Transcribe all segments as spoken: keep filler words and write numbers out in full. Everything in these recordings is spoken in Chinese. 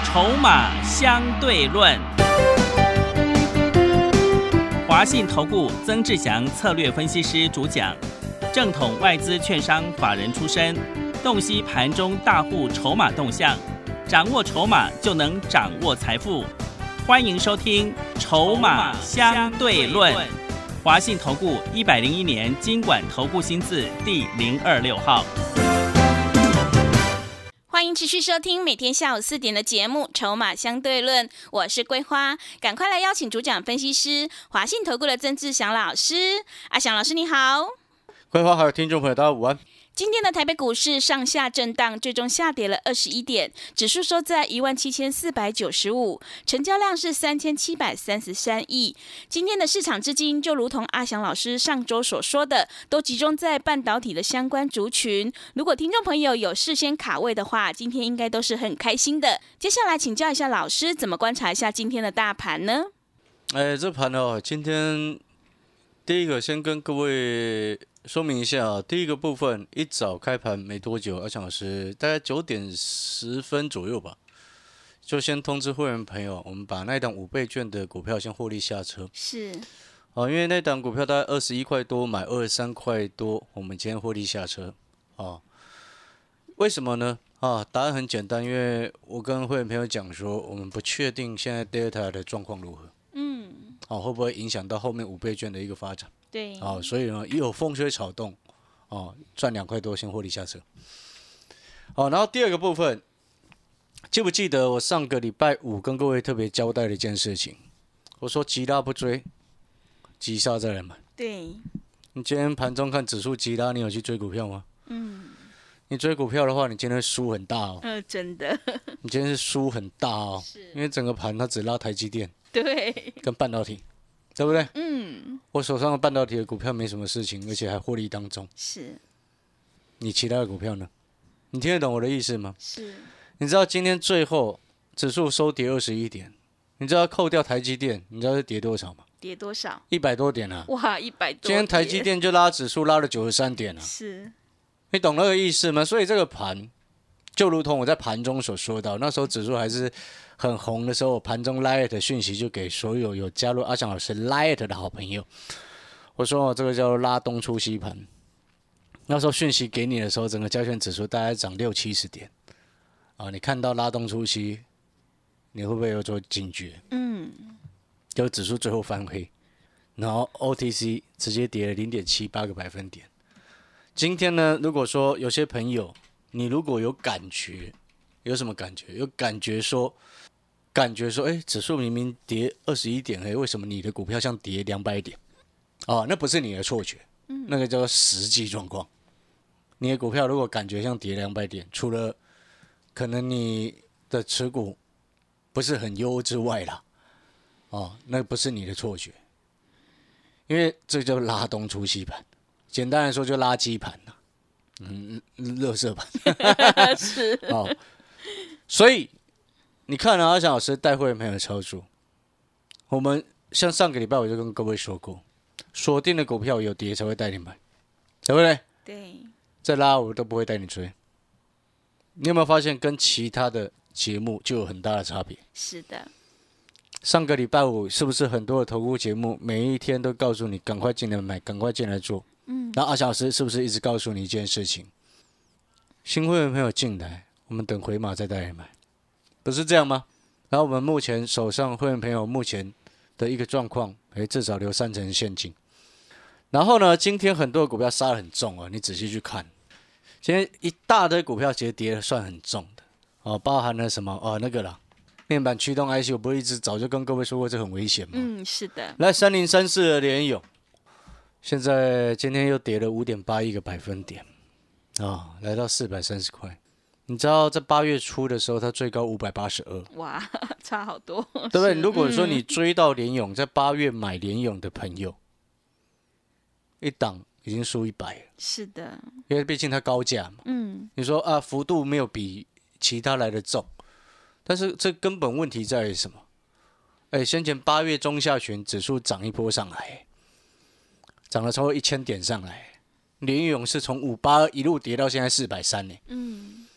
筹码相对论。华信投顾曾志祥策略分析师主讲，正统外资券商法人出身，洞悉盘中大户筹码动向，掌握筹码就能掌握财富。欢迎收听《筹码相对论》。华信投顾一百零一年金管投顾新字第零二六号。 欢迎持续收听每天下午四点的节目《筹码相对论》，我是桂花，赶快来邀请主讲分析师华信投顾的曾志祥老师。阿祥老师你好。 桂花还有听众朋友大家午安。 今天的台北股市上下震荡，最终下跌了二十一点，指数收在一万七千四百九十五，成交量是三千七百三十三亿。今天的市场资金就如同阿翔老师上周所说的，都集中在半导体的相关族群。如果听众朋友有事先卡位的话，今天应该都是很开心的。接下来请教一下老师，怎么观察一下今天的大盘呢？ 哎，这盘哦，今天第一个先跟各位说明一下，第一个部分一早开盘没多久，阿翔老师大概九点十分左右吧，就先通知会员朋友，我们把那一档五倍券的股票先获利下车。 是， 哦，因为那档股票大概二十一块多，买二十三块多，我们今天获利下车。哦，为什么呢？啊，答案很简单，因为我跟会员朋友讲说，我们不确定现在 Delta 的状况如何， 嗯， 哦，会不会影响到后面五倍券的一个发展？ 对， 哦，所以呢，一有风吹草动，哦，赚两块多先获利下车。好，然后第二个部分，记不记得我上个礼拜五跟各位特别交代的一件事情？我说急拉不追，急杀再来买。 对， 你今天盘中看指数急拉，你有去追股票吗？ 嗯， 你追股票的话，你今天会输很大哦。 呃，真的， 你今天是输很大哦，因为整个盘它只拉台积电对， 跟半导体，对不对？ 嗯， 我手上的半导体的股票没什么事情，而且还获利当中。 是， 你其他的股票呢？你听得懂我的意思吗？ 是， 你知道今天最后指数收跌二十一点，你知道扣掉台积电，你知道是跌多少吗？ 跌多少？ 一百多点啊！ 哇，一百多点。 今天台积电就拉指数拉了九十三点啊！ 是， 你懂那个意思吗？所以这个盘就如同我在盘中所说到，那时候指数还是很红的时候，我盘中 Lite 讯息就给所有有加入阿翔老师 Lite 的好朋友，我说我这个叫做拉东出西盘。那时候讯息给你的时候，整个加权指数大概涨六七十点啊！你看到拉东出西，你会不会有所警觉？ 嗯， 就指数最后翻黑，然后 O T C 直接跌了零点七八个百分点。今天呢，如果说有些朋友，你如果有感觉，有什么感觉？有感觉说，感觉说，哎，指数明明跌二十一点，哎，为什么你的股票像跌两百点？哦，那不是你的错觉，那个叫做实际状况。你的股票如果感觉像跌两百点，除了可能你的持股不是很优之外啦，哦，那不是你的错觉，因为这叫拉东出西盘，简单来说就垃圾盘啦，嗯，垃圾盘是哦，所以你看了阿翔老师带会员朋友的操作，我们像上个礼拜我就跟各位说过，锁定的股票有跌才会带你买，对不对？ 对， 再拉我都不会带你追。你有没有发现跟其他的节目就有很大的差别？ 是的， 上个礼拜五是不是很多的投顾节目每一天都告诉你赶快进来买，赶快进来做？嗯，然后阿翔老师是不是一直告诉你一件事情？新会员朋友进来，我们等回码再带你买，不是这样吗？然后我们目前手上会员朋友目前的一个状况，哎，至少留三成现金。然后呢，今天很多的股票杀得很重哦，你仔细去看，今天一大堆股票其实跌得算很重的哦，包含了什么哦那个啦。面板驱动 I C， 我不是一直早就跟各位说过，这很危险吗？ 嗯，是的。 来，三零三四的联咏，现在今天又跌了五点八一个百分点，啊、哦，来到四百三十块。你知道在八月初的时候，它最高五百八十二， 哇，差好多， 对不对？如果说你追到联咏，在八月买联咏的朋友，一档已经输一百了。 是的， 因为毕竟它高价嘛。嗯，你说啊，幅度没有比其他来的重。但是这根本问题在于什么？哎，先前八月中下旬指数涨一波上来，涨了超过一千点上来，联咏是从五八二一路跌到现在四百三呢。嗯，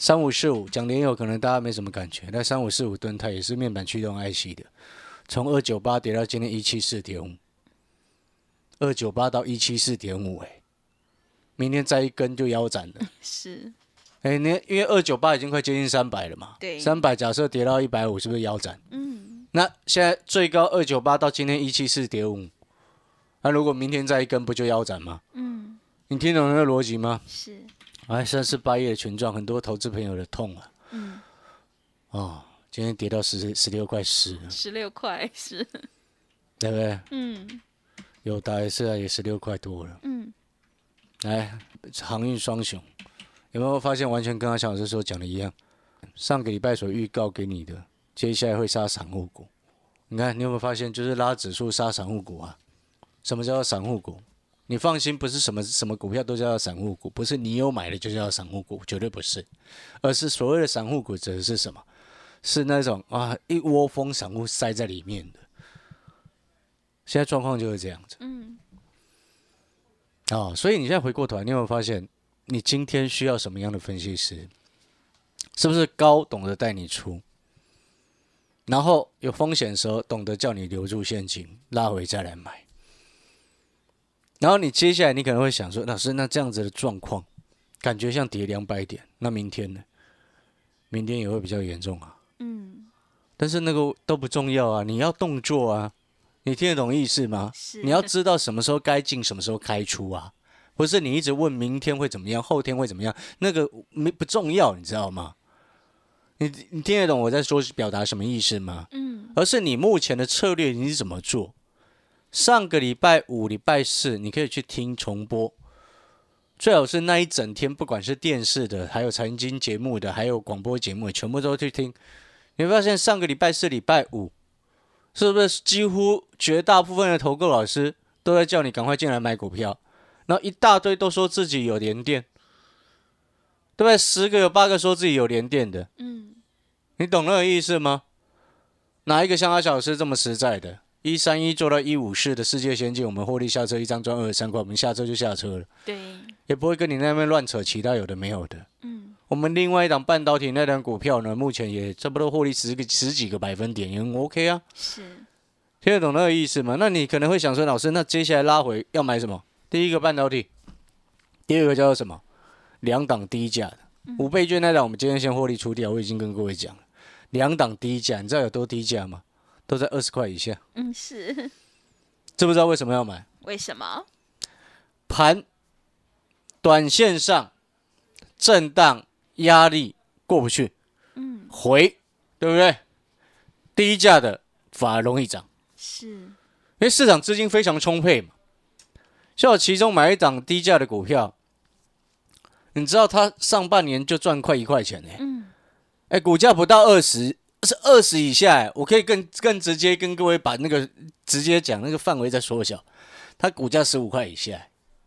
三五四五讲联友可能大家没什么感觉，但三五四五吨泰也是面板驱动 I C 的，从二九八跌到今天一七四点五，二九八到一七四点五，哎，明天再一根就腰斩了。 是， 哎，你因为二九八已经快接近三百了嘛， 对， 三百假设跌到一百五，是不是腰斩？ 嗯， 那现在最高二九八到今天一七四点五，那如果明天再一根，不就腰斩吗？ 嗯， 你听懂那个逻辑吗？ 是， 哎，三四八亿的群众，很多投资朋友的痛啊。 嗯， 哦，今天跌到十十六块四， 十六块是， 对不对？ 嗯， 有达也是啊，也十六块多了。 嗯， 来，航运双雄，有没有发现完全跟他小老师所讲的一样？上个礼拜所预告给你的，接下来会杀散户股。你看，你有没有发现，就是拉指数杀散户股啊？什么叫做散户股？你放心，不是什么什么股票都叫散户股，不是你有买的就叫散户股，绝对不是，而是所谓的散户股指的是什么？是那种啊一窝蜂散户塞在里面的。现在状况就是这样子。 嗯， 哦，所以你现在回过头来，你有没有发现，你今天需要什么样的分析师？是不是高懂得带你出，然后有风险的时候懂得叫你留住现金，拉回再来买？然后你接下来你可能会想说，老师，那这样子的状况，感觉像跌两百点，那明天呢？明天也会比较严重啊。 嗯， 但是那个都不重要啊，你要动作啊，你听得懂意思吗？ 是， 你要知道什么时候该进，什么时候开出啊，不是你一直问明天会怎么样，后天会怎么样，那个没不重要，你知道吗？你你听得懂我在说表达什么意思吗？ 嗯， 而是你目前的策略你是怎么做？上个礼拜五、礼拜四，你可以去听重播，最好是那一整天，不管是电视的，还有财经节目的，还有广播节目，全部都去听。你会发现上个礼拜四、礼拜五，是不是几乎绝大部分的投顾老师都在叫你赶快进来买股票，然后一大堆都说自己有联电，对不对？十个有八个说自己有联电的， 嗯， 你懂那个意思吗？哪一个像阿小老师这么实在的？一三一做到一五四的世界先进，我们获利下车一张赚二十三块，我们下车就下车了， 对， 也不会跟你那边乱扯其他有的没有的。 嗯， 我们另外一档半导体那档股票呢，目前也差不多获利十个十几个百分点，也很 OK 啊。 是， 听得懂那个意思吗？那你可能会想说，老师，那接下来拉回要买什么？第一个半导体，第二个叫做什么？两档低价的五倍券那档，我们今天先获利出掉，我已经跟各位讲了，两档低价，你知道有多低价吗？都在二十块以下。 嗯，是， 知不知道为什么要买？ 为什么？ 盘短线上震荡压力过不去， 嗯， 回，对不对？低价的反而容易涨， 是， 因为市场资金非常充沛嘛。像我其中买一档低价的股票，你知道它上半年就赚快一块钱呢、欸， 嗯， 哎，股价不到二十，是二十以下、欸，我可以更更直接跟各位把那个直接讲那个范围再缩小，它股价十五块以下、欸，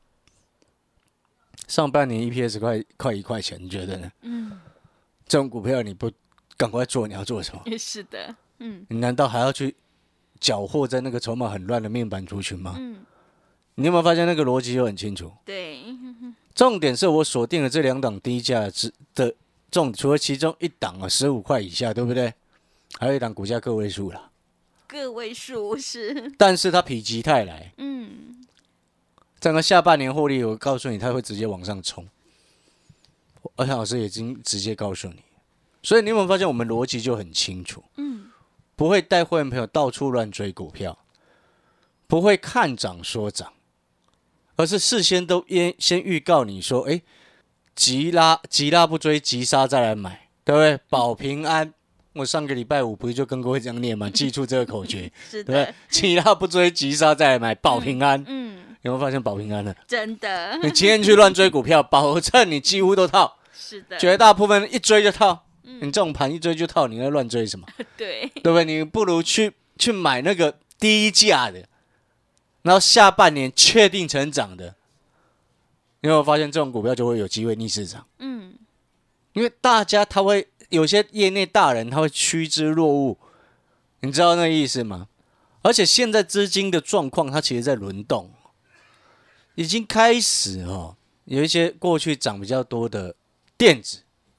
上半年 E P S 快快一块钱，你觉得呢？ 嗯， 这种股票你不赶快做，你要做什么？ 是的，嗯， 你难道还要去缴获在那个筹码很乱的面板族群吗？ 嗯， 你有没有发现那个逻辑就很清楚？ 对， 重点是我锁定了这两档低价的重，除了其中一档啊十五块以下，对不对？还有一档股价个位数啦， 个位数是， 但是它否极泰来， 嗯， 整个下半年获利，我告诉你，它会直接往上冲。而且老师已经直接告诉你，所以你有没有发现我们逻辑就很清楚？ 嗯， 不会带会员朋友到处乱追股票，不会看涨说涨，而是事先都先预告你说，哎，急拉急拉不追，急杀再来买，对不对？保平安。我上个礼拜五不是就跟各位这样念吗？记住这个口诀， 是的， 对不对？急拉不追，急杀再来买，保平安。 嗯， 有没有发现保平安了？ 真的， 你今天去乱追股票，保证你几乎都套， 是的， 绝大部分一追就套。你这种盘一追就套，你在乱追什么？ 对， 对不对？你不如去去买那个低价的，然后下半年确定成长的。你有没有发现这种股票就会有机会逆市场？ 嗯， 因为大家他会有些业内大人他会趋之若鹜，你知道那意思吗？而且现在资金的状况，它其实在轮动，已经开始哦，有一些过去涨比较多的电子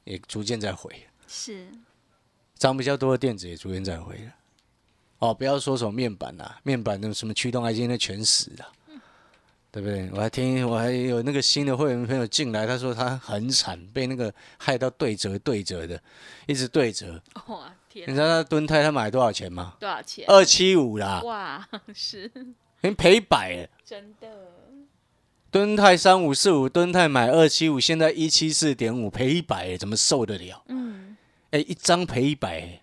也逐渐在回， 是涨比较多的电子也逐渐在回了。哦，不要说什么面板啦，面板的什么驱动 I C 那全死了，嗯、对不对？我还听我还有那个新的会员朋友进来，他说他很惨，被那个害到对折对折的，一直对折。 哇天！ 你知道他敦泰他买多少钱吗？ 多少钱？ 二七五啦！ 哇，是， 你赔百了。 真的。 敦泰三五四五，敦泰买二七五，现在一七四点五，赔一百，怎么受得了？嗯，哎，一张赔一百。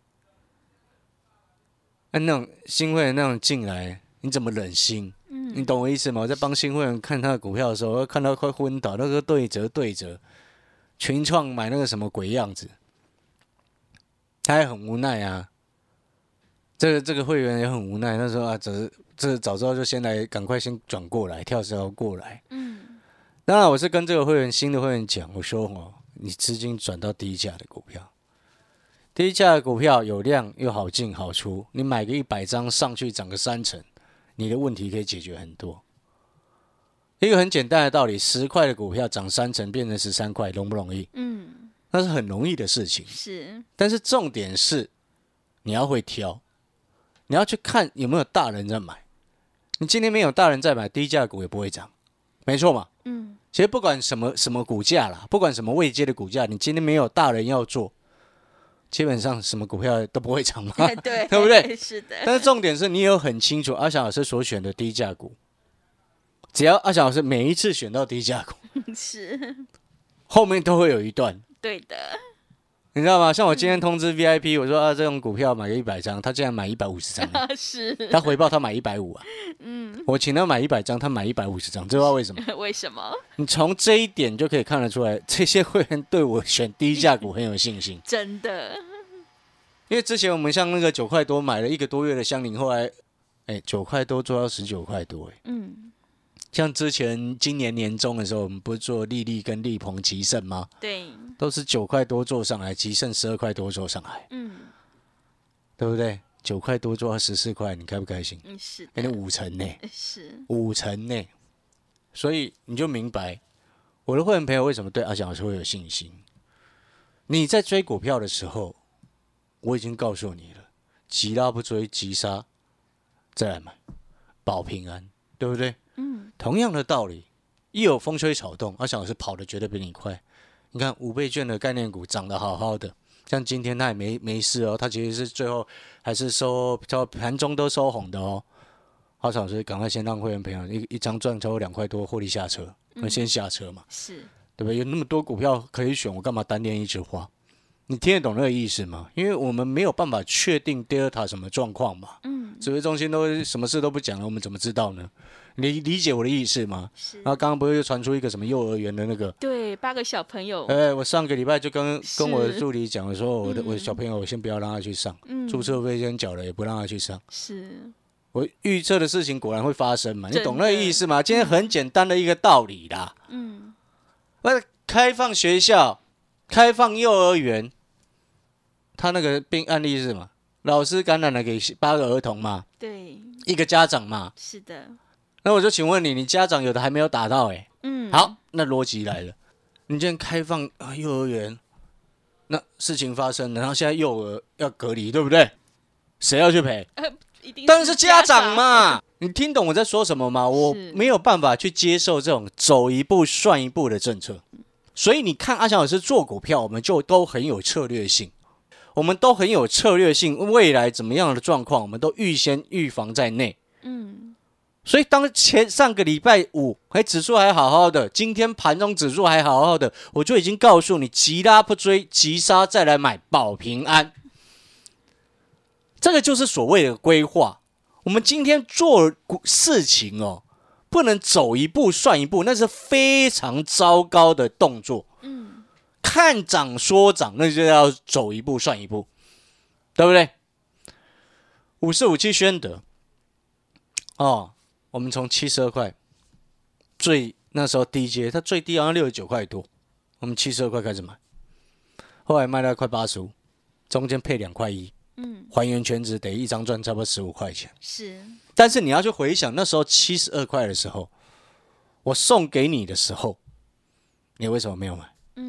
那那种新会员那种进来，你怎么忍心？嗯，你懂我意思吗？我在帮新会员看他的股票的时候，我看到快昏倒，那个对折对折，群创买那个什么鬼样子，他也很无奈啊。这个这个会员也很无奈，那时候啊，这这早知道就先来，赶快先转过来，跳槽过来。嗯，当然我是跟这个会员新的会员讲，我说哦，你资金转到低价的股票。低价的股票有量又好进好出，你买个一百张上去涨个三成，你的问题可以解决很多。一个很简单的道理，十块的股票涨三成变成十三块，容不容易？嗯，那是很容易的事情。 是， 但是重点是你要会挑，你要去看有没有大人在买。你今天没有大人在买，低价股也不会涨，没错嘛？嗯，其实不管什么什么股价啦，不管什么位阶的股价，你今天没有大人要做。基本上什么股票都不会涨嘛， 对， 对不对？ 是的。 但是重点是你也有很清楚阿翔老师所选的低价股，只要阿翔老师每一次选到低价股， 是后面都会有一段。 对的， 你知道吗？像我今天通知 V I P，、嗯、我说啊，这种股票买个一百张，他竟然买一百五十张， 是， 他回报他买一百五啊。嗯，我请他买一百张，他买一百五十张，知道为什么？ 为什么？ 你从这一点就可以看得出来，这些会员对我选低价股很有信心。 真的， 因为之前我们像那个九块多买了一个多月的香菱，后来，哎，九块多做到十九块多，哎，嗯。像之前今年年中的时候，我们不是做利利跟利鹏、吉盛吗？ 对， 都是九块多做上来，吉盛十二块多做上来，嗯，对不对？九块多做到十四块，你开不开心？ 嗯，是的， 给你五成呢， 是五成呢，所以你就明白我的会员朋友为什么对阿翔老师会有信心。你在追股票的时候，我已经告诉你了，急拉不追，急杀再来买，保平安，对不对？嗯，同样的道理，一有风吹草动，阿翔老师跑的绝对比你快。你看五倍券的概念股涨得好好的，像今天他也没没事哦，他其实是最后还是收，盘中都收红的哦。阿翔老师赶快先让会员朋友一一张赚超过两块多获利下车，那、嗯、先下车嘛， 是， 对不对？有那么多股票可以选，我干嘛单恋一枝花？你听得懂那个意思吗？因为我们没有办法确定 Delta 什么状况嘛，嗯，指挥中心都什么事都不讲了，我们怎么知道呢？你理解我的意思吗？是。然后刚刚不是又传出一个什么幼儿园的那个？ 对，八个小朋友。 哎、欸，我上个礼拜就跟跟我的助理讲的说，我的、嗯、我的小朋友，我先不要让他去上，嗯、注册费先缴了，也不让他去上。 是。 我预测的事情果然会发生嘛？你懂那个意思吗？今天很简单的一个道理啦。嗯。那开放学校，开放幼儿园，他那个病案例是什么？老师感染了给八个儿童嘛？ 对。一个家长嘛？ 是的。 那我就请问你，你家长有的还没有打到哎、欸，嗯，好，那逻辑来了，你今天开放啊幼儿园，那事情发生了，然后现在幼儿要隔离，对不对？谁要去赔？呃，一定是当然是家长嘛。你听懂我在说什么吗？我没有办法去接受这种走一步算一步的政策，所以你看阿翔老师做股票，我们就都很有策略性，我们都很有策略性，未来怎么样的状况，我们都预先预防在内，嗯。所以当前上个礼拜五，还指数还好好的，今天盘中指数还好好的，我就已经告诉你，急拉不追，急杀再来买保平安。这个就是所谓的规划。我们今天做事情哦，不能走一步算一步，那是非常糟糕的动作。嗯，看涨说涨，那就要走一步算一步，对不对？五四五七宣德，哦。我们从七十二块最那时候低阶，它最低好像六十九块多，我们七十二块开始买，后来卖到快八十五，中间配两块一，嗯，还原全值得一张赚差不多十五块钱。 是， 但是你要去回想那时候七十二块的时候，我送给你的时候，你为什么没有买？嗯，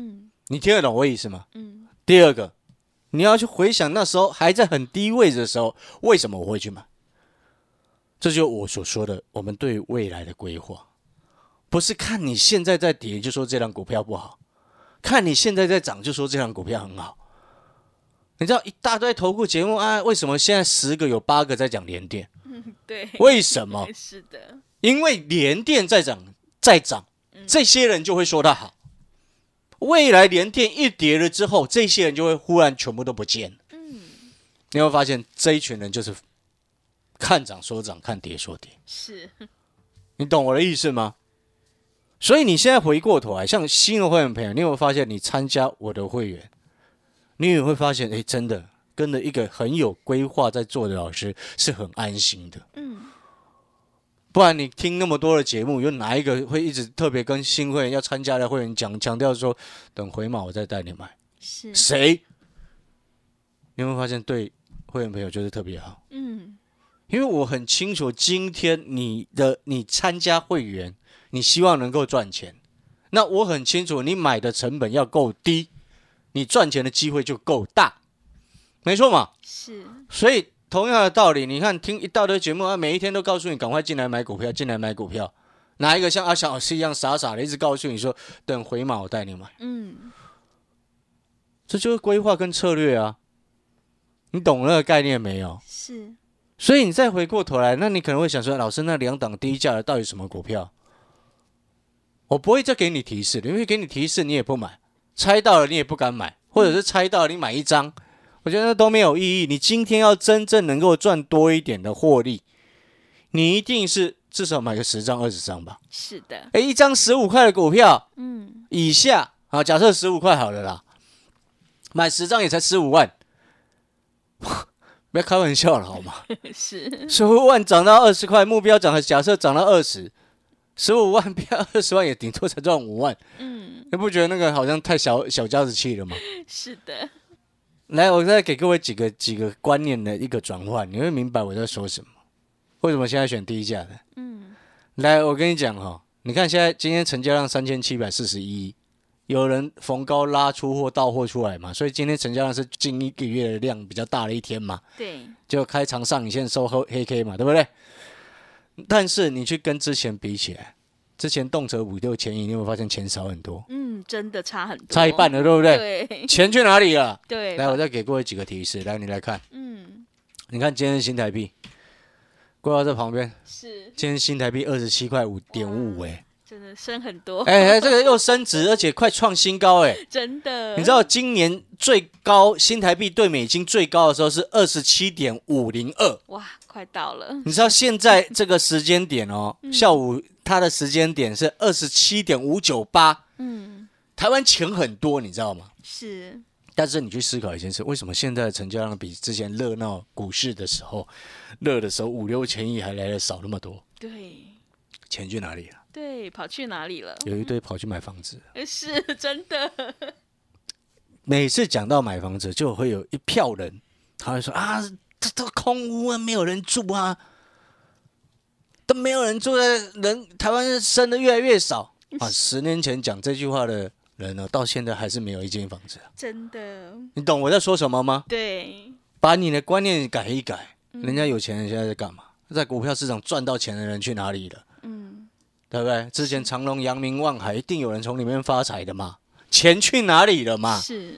你听得懂我意思吗？ 嗯。 第二个，你要去回想那时候还在很低位置的时候，为什么我会去买？这就是我所说的，我们对未来的规划，不是看你现在在跌就说这张股票不好，看你现在在涨就说这张股票很好。你知道一大堆投顾节目啊，为什么现在十个有八个在讲联电？ 嗯，对， 为什么？ 是的， 因为联电在涨，在涨，这些人就会说它好。未来联电一跌了之后，这些人就会忽然全部都不见了。嗯，你会发现这一群人就是看涨说涨，看跌说跌。 是， 你懂我的意思吗？所以你现在回过头来，像新的会员朋友，你有没有发现，你参加我的会员，你也会发现，哎，真的跟着一个很有规划在做的老师是很安心的。嗯。不然你听那么多的节目，有哪一个会一直特别跟新会员要参加的会员讲强调说，等回码我再带你买？ 是谁？你有没有发现对会员朋友就是特别好？嗯，因为我很清楚，今天你的你参加会员，你希望能够赚钱，那我很清楚，你买的成本要够低，你赚钱的机会就够大，没错嘛？ 是， 所以。同样的道理，你看听一大堆节目啊，每一天都告诉你赶快进来买股票，进来买股票。哪一个像阿翔老师一样傻傻的一直告诉你说等回码我带你买？嗯，这就是规划跟策略啊。你懂那个概念没有？ 是。 所以你再回过头来，那你可能会想说，老师那两档低价的到底什么股票？我不会再给你提示的，因为给你提示你也不买，猜到了你也不敢买，或者是猜到了你买一张。我觉得那都没有意义。你今天要真正能够赚多一点的获利，你一定是至少买个十张、二十张吧。 是的。 哎，一张十五块的股票， 嗯， 以下啊，假设十五块好了啦，买十张也才十五万，不要开玩笑了好吗？ 是。 十五万涨到二十块，目标涨，假设涨到二十，十五万变二十万，也顶多才赚五万。嗯，你不觉得那个好像太小小家子气了吗？ 是的。 来，我再给各位几个几个观念的一个转换，你会明白我在说什么。为什么现在选低价的？嗯，来，我跟你讲哈，你看现在今天成交量三千七百四十一亿，有人逢高拉出或到货出来嘛，所以今天成交量是近一个月的量比较大的一天嘛。 对， 就开长上影线收黑 K 嘛，对不对？但是你去跟之前比起来，之前动辄五六千亿，你有没有发现钱少很多？ 嗯，真的差很多， 差一半了，对不对？ 对， 钱去哪里了？ 对， 来，我再给各位几个提示，来，你来看， 嗯， 你看今天的新台币，规划在旁边， 是， 今天新台币二十七块五点五五，哎， 真的升很多， 哎哎，这个又升值，而且快创新高，哎， 真的， 你知道今年最高新台币对美金最高的时候是二十七点五零二， 哇，快到了， 你知道现在这个时间点哦， 嗯、 下午它的时间点是二十七点五九八，嗯，台湾钱很多，你知道吗？ 是。 但是你去思考一件事，为什么现在的成交量比之前热闹股市的时候，热的时候五六千亿还来的少那么多？ 对， 钱去哪里了？ 对，跑去哪里了？ 有一堆跑去买房子， 是真的。 每次讲到买房子，就会有一票人，他会说啊，这都空屋啊，没有人住啊，都没有人住的人，台湾生的越来越少啊。十年前讲这句话的人呢，到现在还是没有一间房子、啊， 真的。 你懂我在说什么吗？ 对， 把你的观念改一改。嗯、人家有钱人现在在干嘛？在股票市场赚到钱的人去哪里了？嗯，对不对？之前长隆、阳明、万海，一定有人从里面发财的嘛？钱去哪里了嘛？ 是。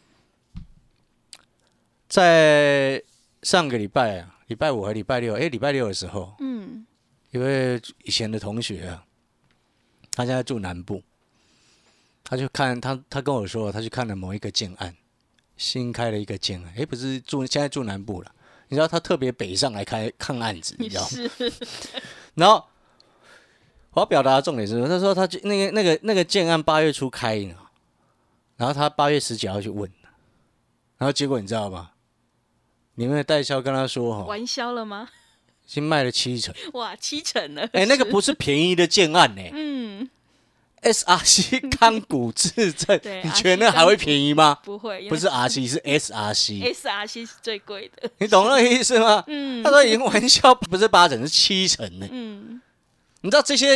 在上个礼拜啊，礼拜五和礼拜六，哎，礼拜六的时候，嗯，有位以前的同学啊，他现在住南部。他就看他，他跟我说，他去看了某一个建案，新开了一个建案，哎，不是住现在住南部了，你知道他特别北上来开看案子，你知道吗？然后我要表达的重点是，他说他那个那个那个建案八月初开呢，然后他八月十九号去问，然后结果你知道吗？里面的代销跟他说，哈， 完销了吗？ 已经卖了七成， 哇，七成了， 哎，那个不是便宜的建案呢， 嗯。 S R C 康股智证，你觉得那还会便宜吗？ 不会， 不是 R C 是 S R C，S R C 是最贵的， 你懂那个意思吗？嗯，他说已经完销不是八成是七成呢。嗯，你知道这些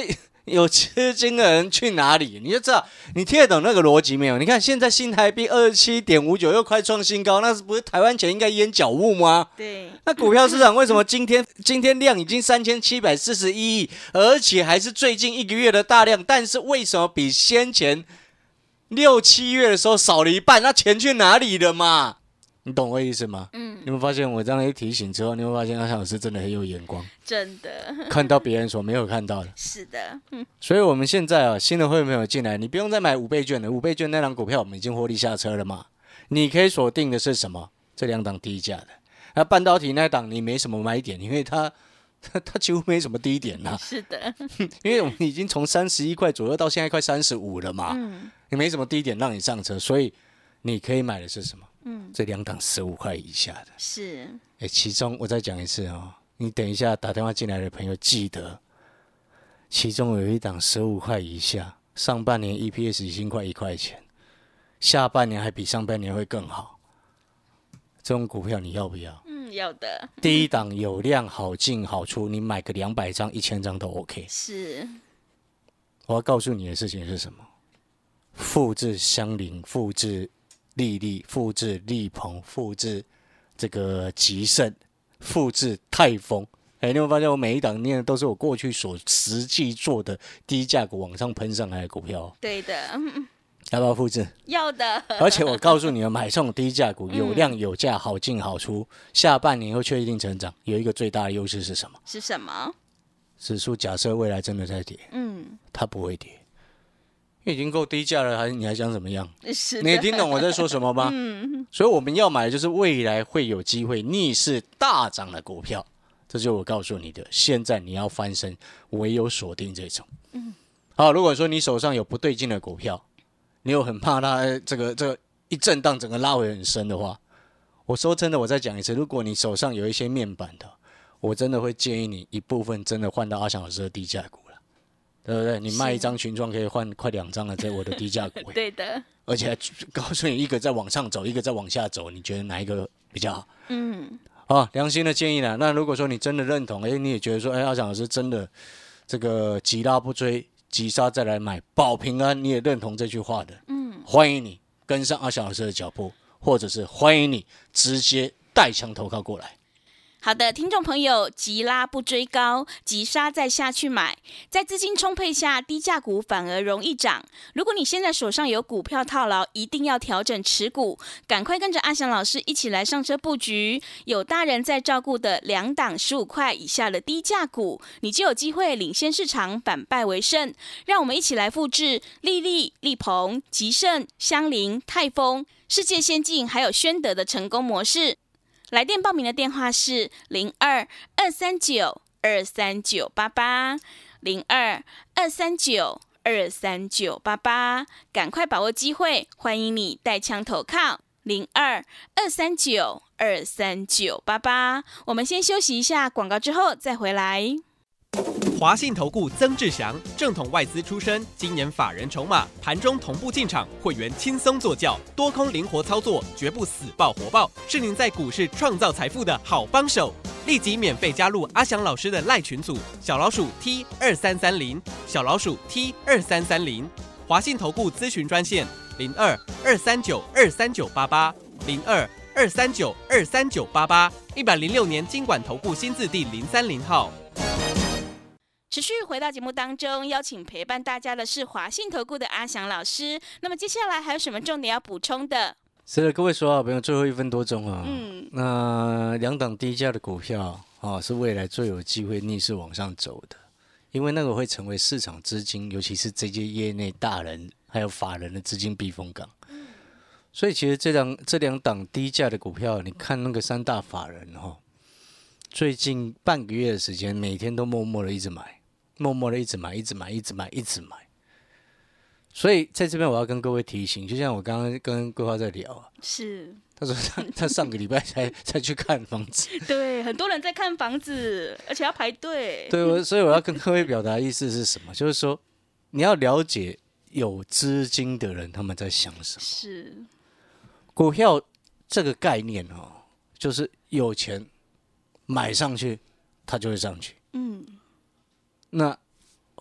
有资金的人去哪里？你就知道，你听得懂那个逻辑没有？你看现在新台币二十七点五九又快创新高，那是不是台湾钱应该淹脚雾吗？ 对。 那股票市场为什么今天今天量已经三千七百四十一亿，而且还是最近一个月的大量，但是为什么比先前六七月的时候少了一半？那钱去哪里了嘛？你懂我意思吗？嗯，你有没有发现我这样一提醒之后，你会发现阿翔老师真的很有眼光， 真的看到别人所没有看到的。 是的，嗯， 所以我们现在啊，新的会员朋友进来，你不用再买五倍券了，五倍券那档股票我们已经获利下车了嘛。你可以锁定的是什么？这两档低价的。那半导体那档你没什么买点，因为它它它几乎没什么低点啦。 是的， 因为我们已经从三十一块左右到现在快三十五了嘛，嗯，你没什么低点让你上车，所以你可以买的是什么？嗯，这两档十五块以下的， 是， 哎，其中我再讲一次哦，你等一下打电话进来的朋友记得，其中有一档十五块以下，上半年 E P S 已经快一块钱，下半年还比上半年会更好，这种股票你要不要？ 嗯，要的。 第一档有量好进好出，你买个两百张、一千张都 OK。 是， 我要告诉你的事情是什么？复制相邻，复制利利，复制利鹏，复制这个吉盛，复制泰丰。哎，你有没有发现我每一档念的都是我过去所实际做的低价股往上喷上来的股票？ 对的， 要不要复制？ 要的。 而且我告诉你们，买这种低价股有量有价，好进好出，下半年会确定成长，有一个最大的优势是什么？ 是什么？ 指数假设未来真的在跌，嗯，它不会跌。因为已经够低价了，还你还想怎么样？ 是， 你听懂我在说什么吗？嗯，所以我们要买的就是未来会有机会逆势大涨的股票，这就是我告诉你的。现在你要翻身，唯有锁定这种。嗯，好，如果说你手上有不对劲的股票，你又很怕它这个这个一震荡整个拉回很深的话，我说真的，我再讲一次，如果你手上有一些面板的，我真的会建议你一部分真的换到阿翔老师的低价股。对不对？你卖一张群创可以换快两张了，在我的低价股。 对的。而且告诉你，一个在往上走，一个在往下走，你觉得哪一个比较好？嗯。啊，良心的建议呢。那如果说你真的认同，哎，你也觉得说，哎，阿翔老师真的这个急拉不追，急杀再来买，保平安，你也认同这句话的，嗯，欢迎你跟上阿翔老师的脚步，或者是欢迎你直接带枪投靠过来。 好的，听众朋友，急拉不追高，急杀再下去买，在资金充沛下，低价股反而容易涨。如果你现在手上有股票套牢，一定要调整持股，赶快跟着阿翔老师一起来上车布局，有大人在照顾的两档十五块以下的低价股，你就有机会领先市场，反败为胜。让我们一起来复制利利、利鹏、吉盛、香菱、泰丰、世界先进还有宣德的成功模式。来电报名的电话是零二二三九二三九八八零二二三九二三九八八，赶快把握机会，欢迎你带枪投靠零二二三九二三九八八。我们先休息一下广告，之后再回来。 华信投顾曾志祥，正统外资出身，今年法人筹码，盘中同步进场，会员轻松做教，多空灵活操作，绝不死抱活抱，是您在股市创造财富的好帮手。立即免费加入阿翔老师的赖群组，小老鼠 T 二三三零，小老鼠 T 二三三零，华信投顾咨询专线零二二三九二三九八八零二二三九二三九八八，一百零六年金管投顾新字第零三零号。 持续回到节目当中，邀请陪伴大家的是华信投顾的阿翔老师。那么接下来还有什么重点要补充的？ 是的，各位所有朋友，最后一分多钟啊，嗯，那两档低价的股票啊，是未来最有机会逆势往上走的，因为那个会成为市场资金，尤其是这些业内大人还有法人的资金避风港。嗯，所以其实这两这两档低价的股票，你看那个三大法人哈，最近半个月的时间，每天都默默的一直买。默默的一直买，一直买，一直买，一直买。所以在这边我要跟各位提醒，就像我刚刚跟桂花在聊啊， 是他说他他上个礼拜才才去看房子， 对，很多人在看房子，而且要排队。 对，我所以我要跟各位表达的意思是什么？就是说你要了解有资金的人他们在想什么。 是股票这个概念哦，就是有钱买上去，它就会上去。嗯。那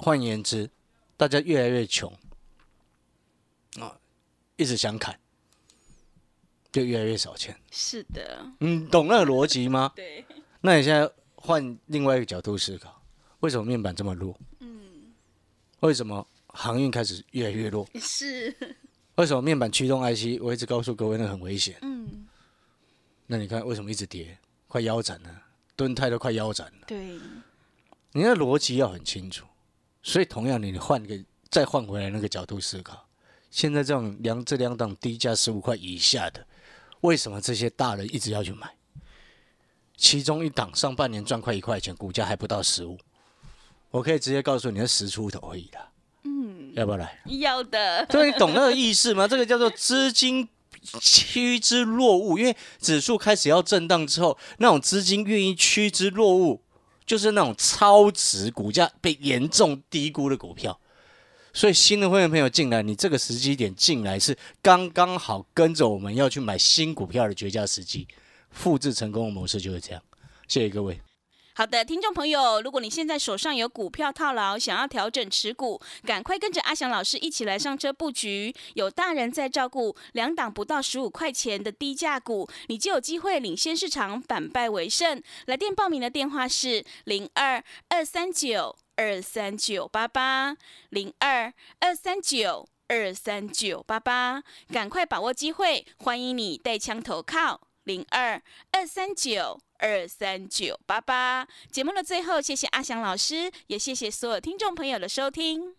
换言之，大家越来越穷啊，一直想砍，就越来越少钱。 是的， 你懂那个逻辑吗？ 对， 那你现在换另外一个角度思考，为什么面板这么弱？ 嗯， 为什么航运开始越来越弱？ 是， 为什么面板驱动 I C？ 我一直告诉各位，那很危险。 嗯， 那你看为什么一直跌，快腰斩了，敦泰都快腰斩了。 对， 你的逻辑要很清楚。所以同样的，你换个再换回来那个角度思考，现在这种两这两档低价十五块以下的，为什么这些大人一直要去买？其中一档上半年赚快一块钱，股价还不到十五，我可以直接告诉你，是十出头而已啦。嗯，要不要来？ 要的。 对，你懂那个意思吗？这个叫做资金趋之若鹜，因为指数开始要震荡之后，那种资金愿意趋之若鹜。就是那种超值股价被严重低估的股票，所以新的会员朋友进来，你这个时机点进来是刚刚好跟着我们要去买新股票的绝佳时机，复制成功的模式就是这样。谢谢各位。 好的，听众朋友，如果你现在手上有股票套牢，想要调整持股，赶快跟着阿翔老师一起来上车布局。有大人在照顾，两档不到十五块钱的低价股，你就有机会领先市场，反败为胜。来电报名的电话是零二二三九二三九八八零二二三九二三九八八，赶快把握机会，欢迎你带枪投靠零二二三九。二三九八八。节目的最后，谢谢阿翔老师，也谢谢所有听众朋友的收听。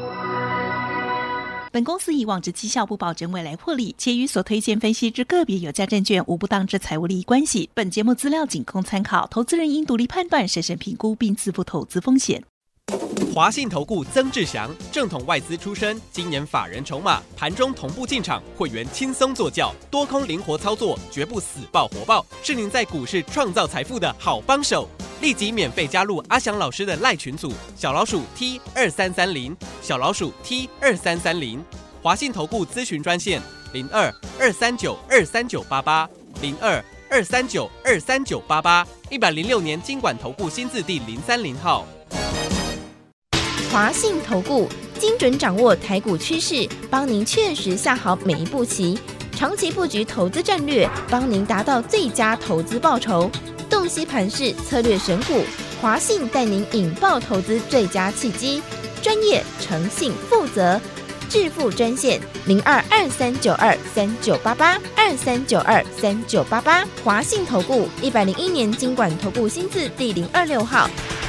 本公司以往之绩效不保证未来获利，且与所推荐分析之个别有价证券无不当之财务利益关系。本节目资料仅供参考，投资人应独立判断、审慎评估并自负投资风险。 华信投顾曾志祥，正统外资出身，今年法人筹码，盘中同步进场，会员轻松做教，多空灵活操作，绝不死抱活抱，是您在股市创造财富的好帮手。立即免费加入阿翔老师的赖群组，小老鼠 T 二三三零，小老鼠 T 二三三零。华信投顾咨询专线零二二三九二三九八八零二二三九二三九八八，一百零六年金管投顾新字第零三零号。 华信投顾精准掌握台股趋势，帮您确实下好每一步棋，长期布局投资战略，帮您达到最佳投资报酬。洞悉盘势，策略选股，华信带您引爆投资最佳契机，专业、诚信、负责。致富专线零二二三九二三九八八二三九二三九八八，华信投顾一百零一年金管投顾新字第零二六号。